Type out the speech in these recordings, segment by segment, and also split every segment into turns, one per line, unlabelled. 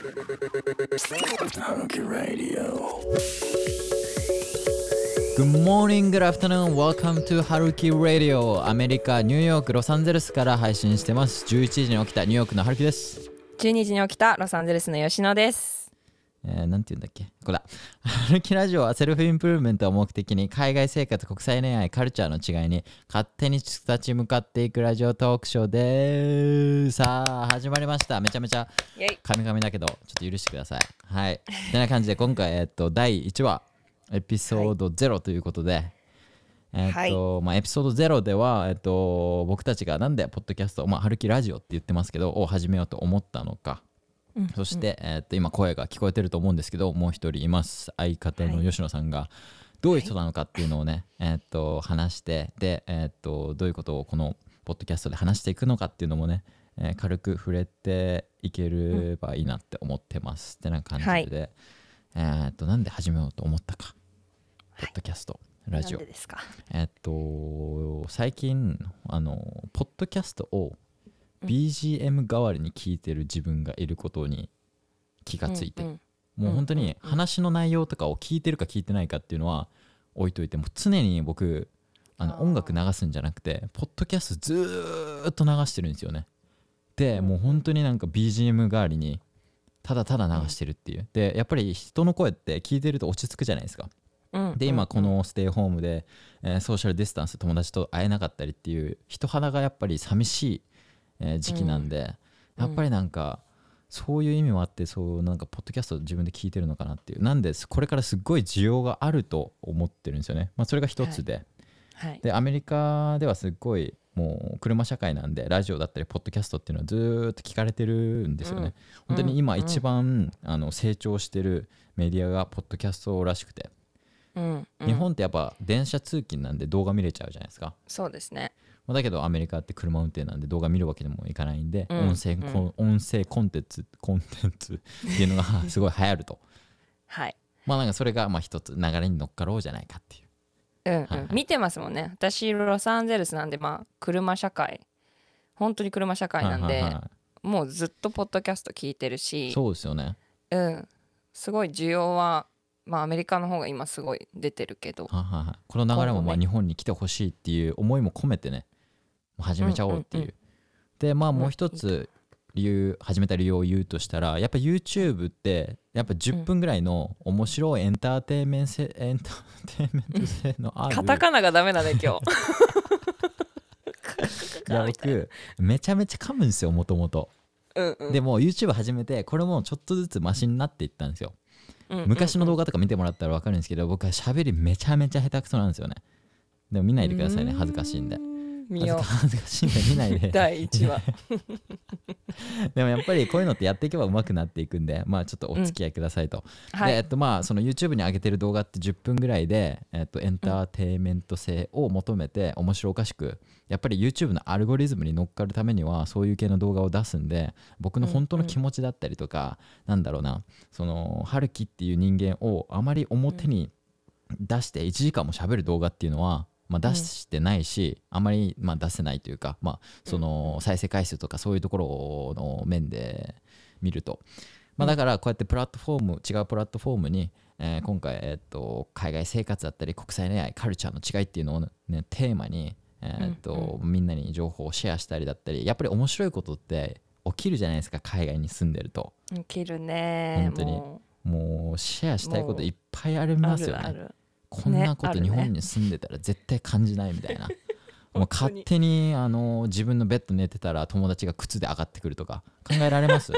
Good morning, good afternoon, welcome to Haruki Radio。 アメリカ、ニューヨーク、ロサンゼルスから配信してます。11時に起きたニューヨークのハルキです。
12時に起きたロサンゼルスの吉野です。
なんて言うんだっけ、これだ。ハルキラジオはセルフインプルーブメントを目的に海外生活、国際恋愛、カルチャーの違いに勝手に立ち向かっていくラジオトークショーです。さあ始まりました。めちゃめちゃカミカミだけどちょっと許してください。はい。てな感じで今回第1話エピソード0ということで、エピソード0では、僕たちがなんでポッドキャスト、ハルキラジオって言ってますけどを始めようと思ったのか、そして、今声が聞こえてると思うんですけど、もう一人います。相方の吉野さんがどういう人なのかっていうのをね、話して、で、どういうことをこのポッドキャストで話していくのかっていうのもね、軽く触れていければいいなって思ってます。ってな感じで、なんで始めようと思ったか、ポッドキャスト、ラジオ。
なんでですか？
最近ポッドキャストをBGM 代わりに聞いてる自分がいることに気がついて、もう本当に話の内容とかを聞いてるか聞いてないかっていうのは置いといて、もう常に僕音楽流すんじゃなくてポッドキャストずーっと流してるんですよね。でもう本当になんか BGM 代わりにただただ流してるっていう。でやっぱり人の声って聞いてると落ち着くじゃないですか。で今このステイホームで、ソーシャルディスタンス、友達と会えなかったりっていう人肌がやっぱり寂しい時期なんで、やっぱりなんかそういう意味もあって、そうなんかポッドキャスト自分で聞いてるのかなっていう。なんでこれからすっごい需要があると思ってるんですよね。それが一つで、でアメリカではすっごいもう車社会なんで、ラジオだったりポッドキャストっていうのはずーっと聞かれてるんですよね。本当に今一番成長してるメディアがポッドキャストらしくて、日本ってやっぱ電車通勤なんで動画見れちゃうじゃないですか。
そうですね。
だけどアメリカって車運転なんで動画見るわけでもいかないんで、音声コンテンツっていうのがすごい流行ると。なんかそれが一つ流れに乗っかろうじゃないかっていう。
見てますもんね。私ロサンゼルスなんで、車社会、本当に車社会なんで、もうずっとポッドキャスト聞いてるし。
そうですよね。
すごい需要はアメリカの方が今すごい出てるけど、
この流れも日本に来てほしいっていう思いも込めてね、始めちゃおうっていう。でもう一つ始めた理由を言うとしたら、やっぱ YouTube ってやっぱ10分ぐらいの面白いエンターテインメント性のある、
カタカナがダメだね今日。
いや僕めちゃめちゃ噛むんですよ、もともと。でも YouTube 始めてこれもちょっとずつマシになっていったんですよ。昔の動画とか見てもらったら分かるんですけど、僕は喋りめちゃめちゃ下手くそなんですよね。でも見ないでくださいね、恥ずかしいんで。恥ずかしいんで見ないで。
第1話。
でもやっぱりこういうのってやっていけば上手くなっていくんで、ちょっとお付き合いくださいと。でその YouTube に上げてる動画って10分ぐらいで、エンターテインメント性を求めて面白おかしく、やっぱり YouTube のアルゴリズムに乗っかるためにはそういう系の動画を出すんで、僕の本当の気持ちだったりとか、なんだろうな、その春樹っていう人間をあまり表に出して1時間も喋る動画っていうのは出してないし、あまり出せないというか、その再生回数とかそういうところの面で見ると、だからこうやって違うプラットフォームに、今回、海外生活だったり国際恋愛、カルチャーの違いっていうのを、ね、テーマに、みんなに情報をシェアしたりだったり、やっぱり面白いことって起きるじゃないですか、海外に住んでると。
起きるね。
本当にもうシェアしたいこといっぱいありますよね。こんなこと日本に住んでたら絶対感じないみたいな。もう勝手に自分のベッド寝てたら友達が靴で上がってくるとか考えられます？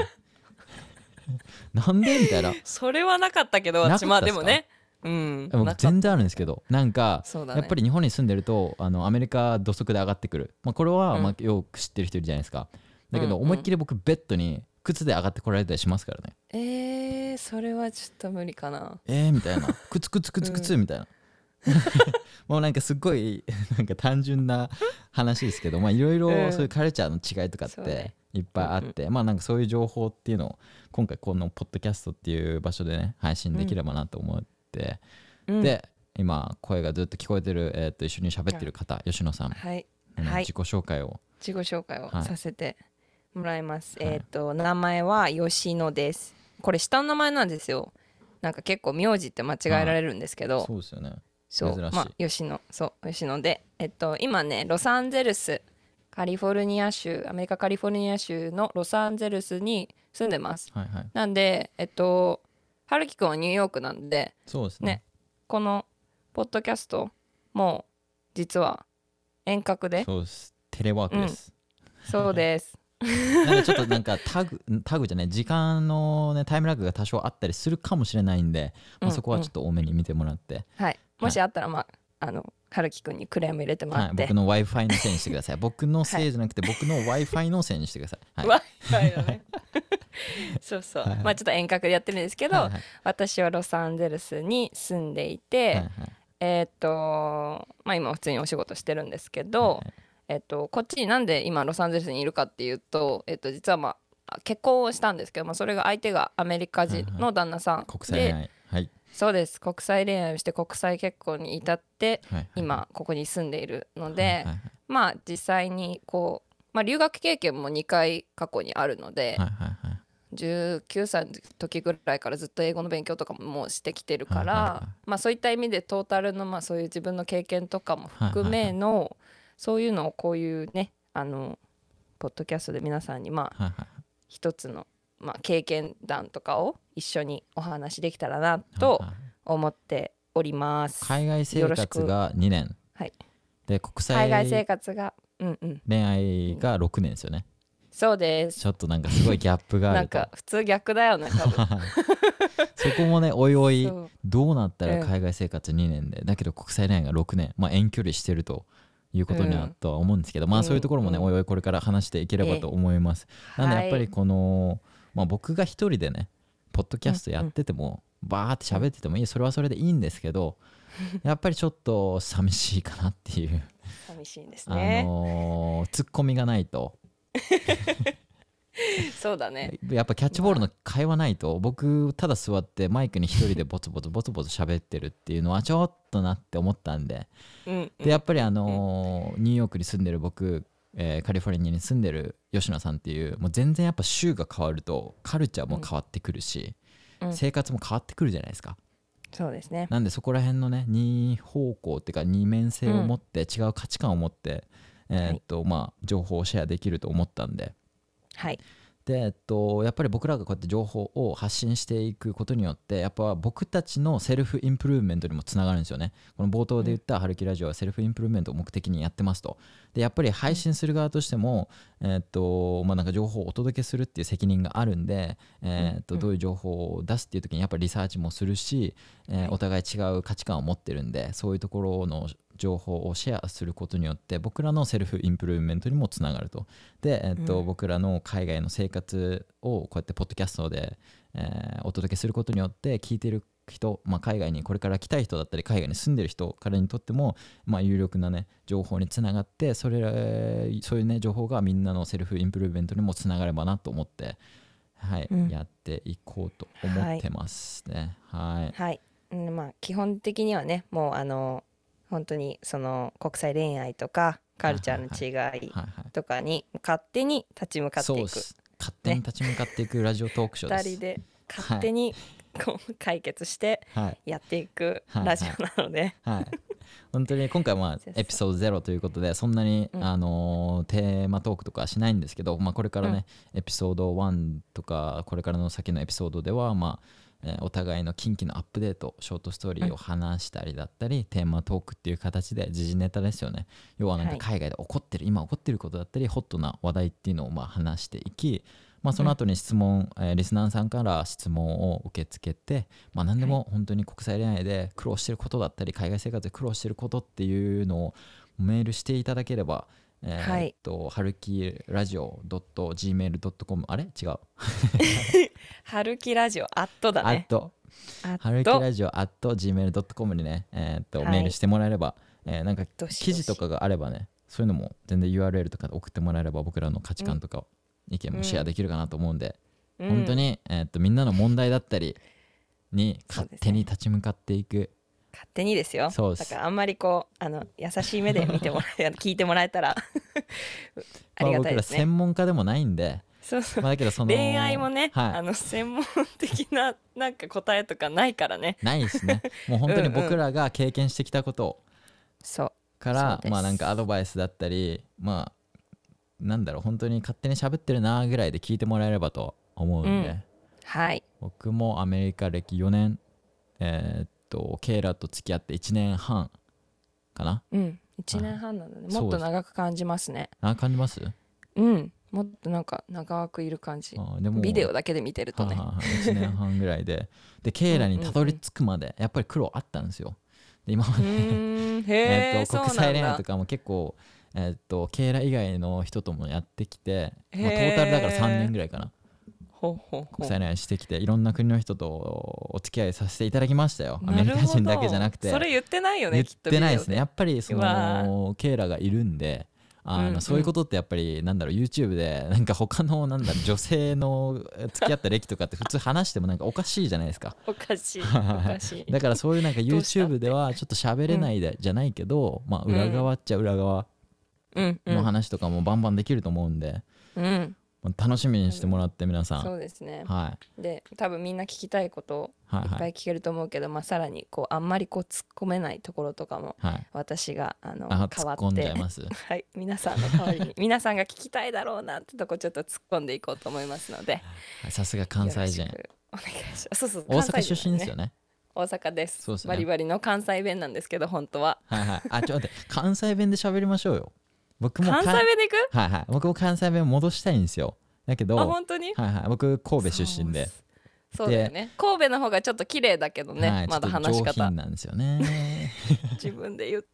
なんでみたいな。
それはなかったけど、私でもね、
僕全然あるんですけど、なんかやっぱり日本に住んでるとアメリカ土足で上がってくる、これはよく知ってる人いるじゃないですか。だけど思いっきり僕ベッドに靴で上がってこられたりしますから
ね。それはちょっと無理かな。
みたいな、靴みたいな。もうなんかすごいなんか単純な話ですけど、いろいろそういうカルチャーの違いとかっていっぱいあって、なんかそういう情報っていうのを今回このポッドキャストっていう場所でね配信できればなと思って、で今声がずっと聞こえてる、一緒に喋ってる方、吉野さん、自己紹介を
させてもらいます。名前は吉野です。 これ下の名前なんですよ。なんか結構名字って間違えられるんですけど、
そうですよね。
そう
珍しい。
まあ吉野、そう吉野で今ねロサンゼルス、カリフォルニア州、アメリカカリフォルニア州のロサンゼルスに住んでます。
はいはい。
なんで春樹くんはニューヨークなんで
そうですね。
ね、このポッドキャストも実は遠隔で、
そうです。テレワークです。
そうです
なんかちょっとなんかタグじゃない時間のねタイムラグが多少あったりするかもしれないんで、まあ、そこはちょっと多めに見てもらって、
はい、もしあったらまあ春樹くんにクレーム入れてもらって、
僕の Wi-Fi のせいにしてください。僕のせいじゃなくて、僕の Wi-Fi のせいにしてください。はい、
Wi-Fi だねそうそう、
はいはい、
まあちょっと遠隔でやってるんですけど、
はいはい、
私はロサンゼルスに住んでいて、
はいはい、
まあ今普通にお仕事してるんですけど、
はい
こっちになんで今ロサンゼルスにいるかっていうと、実はまあ結婚をしたんですけど、まあ、それが相手がアメリカ人の旦那さん、はいはい、
国際恋愛、はい、
そうです。国際恋愛をして国際結婚に至って、
はいはい、
今ここに住んでいるので、
はいはいはい、
まあ実際にこう、まあ、留学経験も2回過去にあるので、
はいはいはい、
19歳の時ぐらいからずっと英語の勉強とかもしてきてるから、
はいはいはい、
まあ、そういった意味でトータルのまあそういう自分の経験とかも含めの、はいはいはい、そういうのをこういうねポッドキャストで皆さんにまあ、はいはい、一つのまあ経験談とかを一緒にお話できたらなと思っております。
海外生活が2年、
はい、
で国際
海外生活が、
恋愛が6年ですよね。
そうです。
ちょっとなんかすごいギャップがあると
なんか普通逆だよね多分
そこもねおいおいどうなったら海外生活2年で、だけど国際恋愛が6年、まあ遠距離してるということになるとは思うんですけど、まあそういうところもね、おいおいこれから話していければと思います。なんでやっぱりこの、まあ、僕が一人でねポッドキャストやってても、バーって喋っててもいい、それはそれでいいんですけど、やっぱりちょっと寂しいかなっていう
寂しいんですね、
ツッコミがないと
そうだね、
やっぱキャッチボールの会話ないと、僕ただ座ってマイクに一人でボツボツボツボツ喋ってるっていうのはちょっとなって思ったんで、でやっぱりニューヨークに住んでる僕、カリフォルニアに住んでる吉野さんっていう、もう全然やっぱ州が変わるとカルチャーも変わってくるし、生活も変わってくるじゃないですか。
そうですね。
なんでそこら辺のね二方向っていうか二面性を持って、違う価値観を持って、まあ情報をシェアできると思ったんで、
はい、
でやっぱり僕らがこうやって情報を発信していくことによって、やっぱ僕たちのセルフインプルーブメントにもつながるんですよね。この冒頭で言った春樹ラジオはセルフインプルーブメントを目的にやってますと。でやっぱり配信する側としても、まあ、なんか情報をお届けするっていう責任があるんで、どういう情報を出すっていう時にやっぱりリサーチもするし、お互い違う価値観を持ってるんで、そういうところの情報をシェアすることによって僕らのセルフインプルーブメントにもつながると。で、僕らの海外の生活をこうやってポッドキャストで、お届けすることによって聞いてる人、まあ、海外にこれから来たい人だったり海外に住んでる人からにとっても、まあ、有力なね情報につながって、そういうね情報がみんなのセルフインプルーブメントにもつながればなと思って、はい、やっていこうと思ってますね。はい、
はい、まあ基本的にはねもう本当にその国際恋愛とかカルチャーの違いとかに勝手に立ち向かっていく、
そうです、勝手に立ち向かっていくラジオトークショーです。
2人で勝手にこう解決してやっていくラジオなので、
はい、本当に今回はエピソード0ということでそんなに、テーマトークとかしないんですけど、まあ、これからね、エピソード1とかこれからの先のエピソードでは、まあお互いの近畿のアップデート、ショートストーリーを話したりだったり、テーマトークっていう形で時事ネタですよね。要はなんか海外で起こってる、今起こってることだったりホットな話題っていうのをまあ話していき、まあ、その後に質問、リスナーさんから質問を受け付けて、まあ、何でも本当に国際恋愛で苦労してることだったり海外生活で苦労してることっていうのをメールしていただければ、はるきラジオ .gmail.com あれ違う
はるきラジオだね
はるきラジオ .gmail.com にね、メールしてもらえれば、なんか記事とかがあればね、そういうのも全然 URL とかで送ってもらえれば僕らの価値観とか意見もシェアできるかなと思うんで、本当に、みんなの問題だったりに勝手に立ち向かっていく、
勝手にですよ。だからあんまりこう優しい目で見てもらえ聞いてもらえたらありがたいですね。
僕ら専門家でもないんで、
そうそう、
まあ、だけど
恋愛もね、
はい、
専門的ななんか答えとかないからね。
ないですね。もう本当に僕らが経験してきたこと
そう
から
そうです。
まあなんかアドバイスだったり、まあなんだろう、本当に勝手に喋ってるなぐらいで聞いてもらえればと思うんで、
はい。
僕もアメリカ歴4年、ケイラと付き合って1年半かな。
1年半なんだね。もっと
そうです。
長く感じますね。
感じます？
もっとなんか長くいる感じ。
でも
ビデオだけで見てるとね。
1年半ぐらいでケイラにたどり着くまでやっぱり苦労あったんですよ。で今まで
へえ、
国
そうなんだ。
際恋愛とかも結構ケイラ以外の人ともやってきて、まあ、トータルだから3年ぐらいかな。
ほうほうほう。
国際恋愛してきていろんな国の人とお付き合いさせていただきましたよ。アメリ
なるほど。
カ人だけじゃなくて。
それ言ってないよね、
言っ
きっと
てないですね。
ビデオで。
やっぱりそのケイラがいるんで、そういうことってやっぱりなんだろう、 YouTube でなんか他のなんだろう女性の付き合った歴とかって普通話してもなんかおかしいじゃないですか。
おかしい、おかしい。
だからそういうなんか
どうしたって
YouTube ではちょっと喋れないで、じゃないけど、まあ裏側っちゃ裏側の話とかもバンバンできると思うんで、楽しみにしてもらって皆さん。
そうですね。
は
で、多分みんな聞きたいこといっぱい聞けると思うけど、まあさらにこうあんまりこう突っ込めないところとかも、私が代わ
突っ込んじゃい
って
ます。
はい、皆さんの代わりに皆さんが聞きたいだろうなってとこちょっと突っ込んでいこうと思いますので、
さすが関西人。
よろしくお願いします。そうそう、
大阪
関西人
出身ですよね。
大阪です。
そうですね。
バリバリの関西弁なんですけど本当は。
ちょっと待って、関西弁で喋りましょうよ。僕も
関西弁でいく？
僕も関西弁戻したいんですよ。だけど、
本当に？
僕神戸出身で。
そうだよね。神戸の方がちょっと綺麗だけどね、まだ話し
ちょっと上
方
品なんですよね。
自分で言った。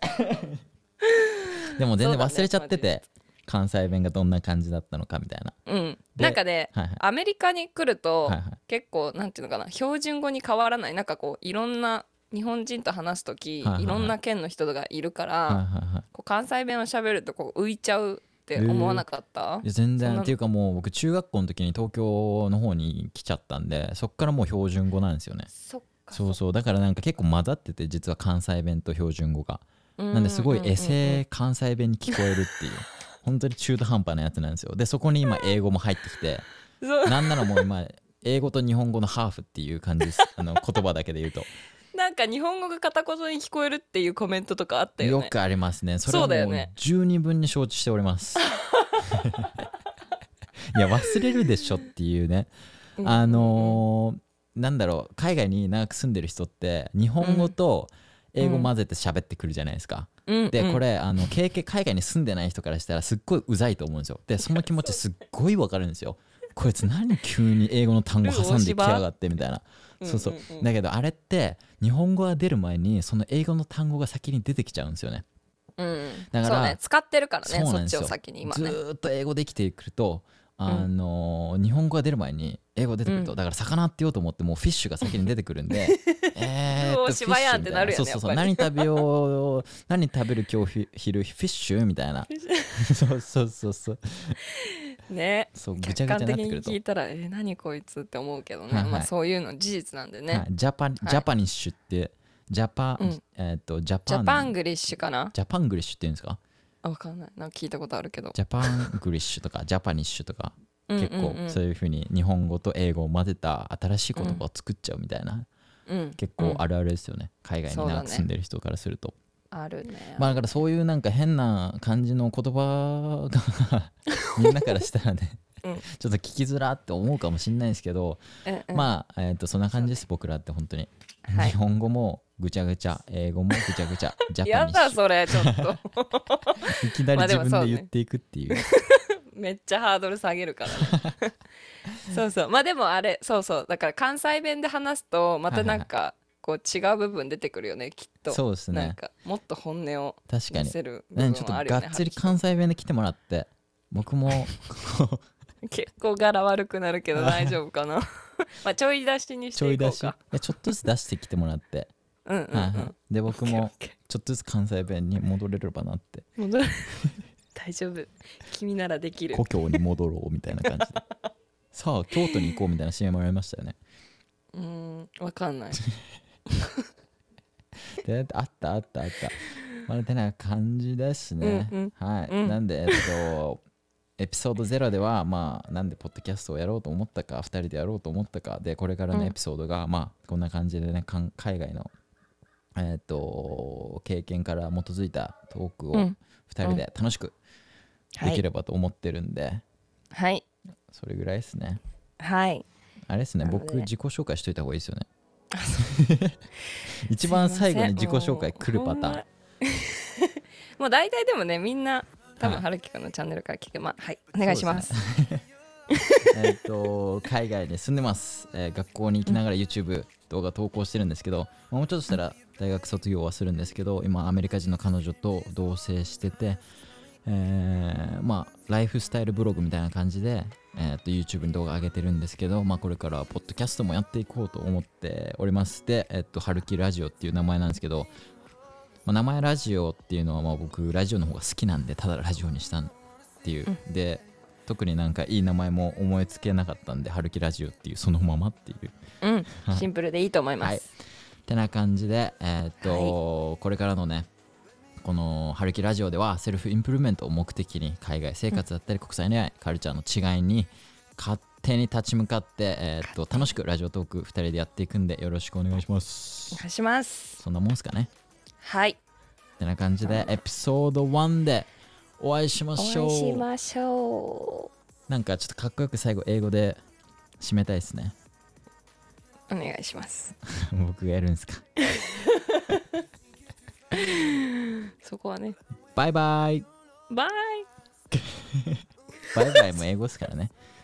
でも全然忘れちゃってて、関西弁がどんな感じだったのかみたいな。
なんかね、アメリカに来ると、結構なんていうのかな、標準語に変わらない。なんかこういろんな日本人と話すとき、いろんな県の人がいるから、こう関西弁を喋るとこう浮いちゃうって思わなかった？
全然。っていうかもう僕中学校の時に東京の方に来ちゃったんで、そっからもう標準語なんですよね。そうそう、だからなんか結構混ざってて、実は関西弁と標準語が。なんですごいエセ関西弁に聞こえるっていう本当に中途半端なやつなんですよ。でそこに今英語も入ってきて、なんならもう今英語と日本語のハーフっていう感じです。言葉だけで言うと
なんか日本語が片言に聞こえるっていうコメントとかあったよね。
よくありますね。それはもう十二分に承知しておりますいや忘れるでしょっていうね。なんだろう、海外に長く住んでる人って日本語と英語混ぜて喋ってくるじゃないですか。でこれ海外に住んでない人からしたらすっごいうざいと思うんですよ。でその気持ちすっごいわかるんですよ。こいつ何急に英語の単語挟んできやがってみたいな。そうそう。だけどあれって日本語が出る前にその英語の単語が先に出てきちゃうんですよね。
だからそうね、使ってるからね、そっちを先に今ね。
ずっと英語で生きてくると日本語が出る前に英語出てくると、だから魚って言おうと思ってもうフィッシュが先に出てくるんで
芝やんってなるよね。
何食べよう、何食べる今日昼フィッシュみたいなそう
ね、
そうぐちゃぐちゃになってくると
客観的に聞いたら何こいつって思うけどね、まあそういうの事実なんでね。
ジャパニッシュってジャパ
ングリッシュかな。
ジャパングリッシュって言うんですか？
わかんない、なんか聞いたことあるけど。
ジャパングリッシュとかジャパニッシュとか結構そういう風に日本語と英語を混ぜた新しい言葉を作っちゃうみたいな、結構あるあるですよね、海外に長く住んでる人からすると。
あるね。
まあだからそういうなんか変な感じの言葉がみんなからしたらねちょっと聞きづらって思うかもしれないですけど、まあそんな感じです、僕らって本当に。日本語もぐちゃぐちゃ、英語もぐちゃぐちゃ、ジャパニッシュ。
やだそれちょっと
いきなり自分で言っていくっていう、
めっちゃハードル下げるからねそうそう、まあでもあれ、そうそう、だから関西弁で話すとまたなんかこう違う部分出てくるよね、きっと。
そうですね。
なんかもっと本音を
見
せる部分はあるよね。
ちょっとがっつり関西弁で来てもらって、僕も
結構柄悪くなるけど大丈夫かなまあちょい出しにしていこうか。
ちょっとずつ出してきてもらってで僕もちょっとずつ関西弁に戻れればなって
大丈夫、君ならできる、
故郷に戻ろうみたいな感じでさあ京都に行こうみたいな CM もらいましたよね。
わかんない
であったまあてな感じですね。はい、なんでエピソード0では、まあ、なんでポッドキャストをやろうと思ったか、2人でやろうと思ったか、で、これからのエピソードが、まあ、こんな感じでね、海外の、経験から基づいたトークを2人で楽しくできればと思ってるんで、
はい。
それぐらいですね。
はい。
あれですね、僕、自己紹介しといた方がいいですよね。一番最後に自己紹介来るパターン。
もう大体でもね、みんな、多分はるきくんのチャンネルから聞く。まあ、はい、お願いします。
海外に住んでます、学校に行きながら YouTube 動画投稿してるんですけど、もうちょっとしたら大学卒業はするんですけど、今アメリカ人の彼女と同棲してて、まあライフスタイルブログみたいな感じで、YouTube に動画上げてるんですけど、まあ、これからポッドキャストもやっていこうと思っております。で、はるきラジオっていう名前なんですけど、まあ、名前ラジオっていうのはまあ僕ラジオの方が好きなんで、ただラジオにしたっていう、で特になんかいい名前も思いつけなかったんで、はるきラジオっていうそのままっていう、
シンプルでいいと思います。はい、
ってな感じで、これからのね、このはるきラジオではセルフインプルーメントを目的に海外生活だったり国際恋愛、カルチャーの違いに勝手に立ち向かって、楽しくラジオトーク2人でやっていくんで、よろしくお願いします。
お願いします。
そんなもんすかね。
はい。
ってな感じでエピソード1でお会いしましょう。
お会いしましょ
う。なんかちょっとかっこよく最後英語で締めたいですね。
お願いします。
僕がやるんですか。
そこはね。
バイバイ。
バイ。
バイバイも英語ですからね。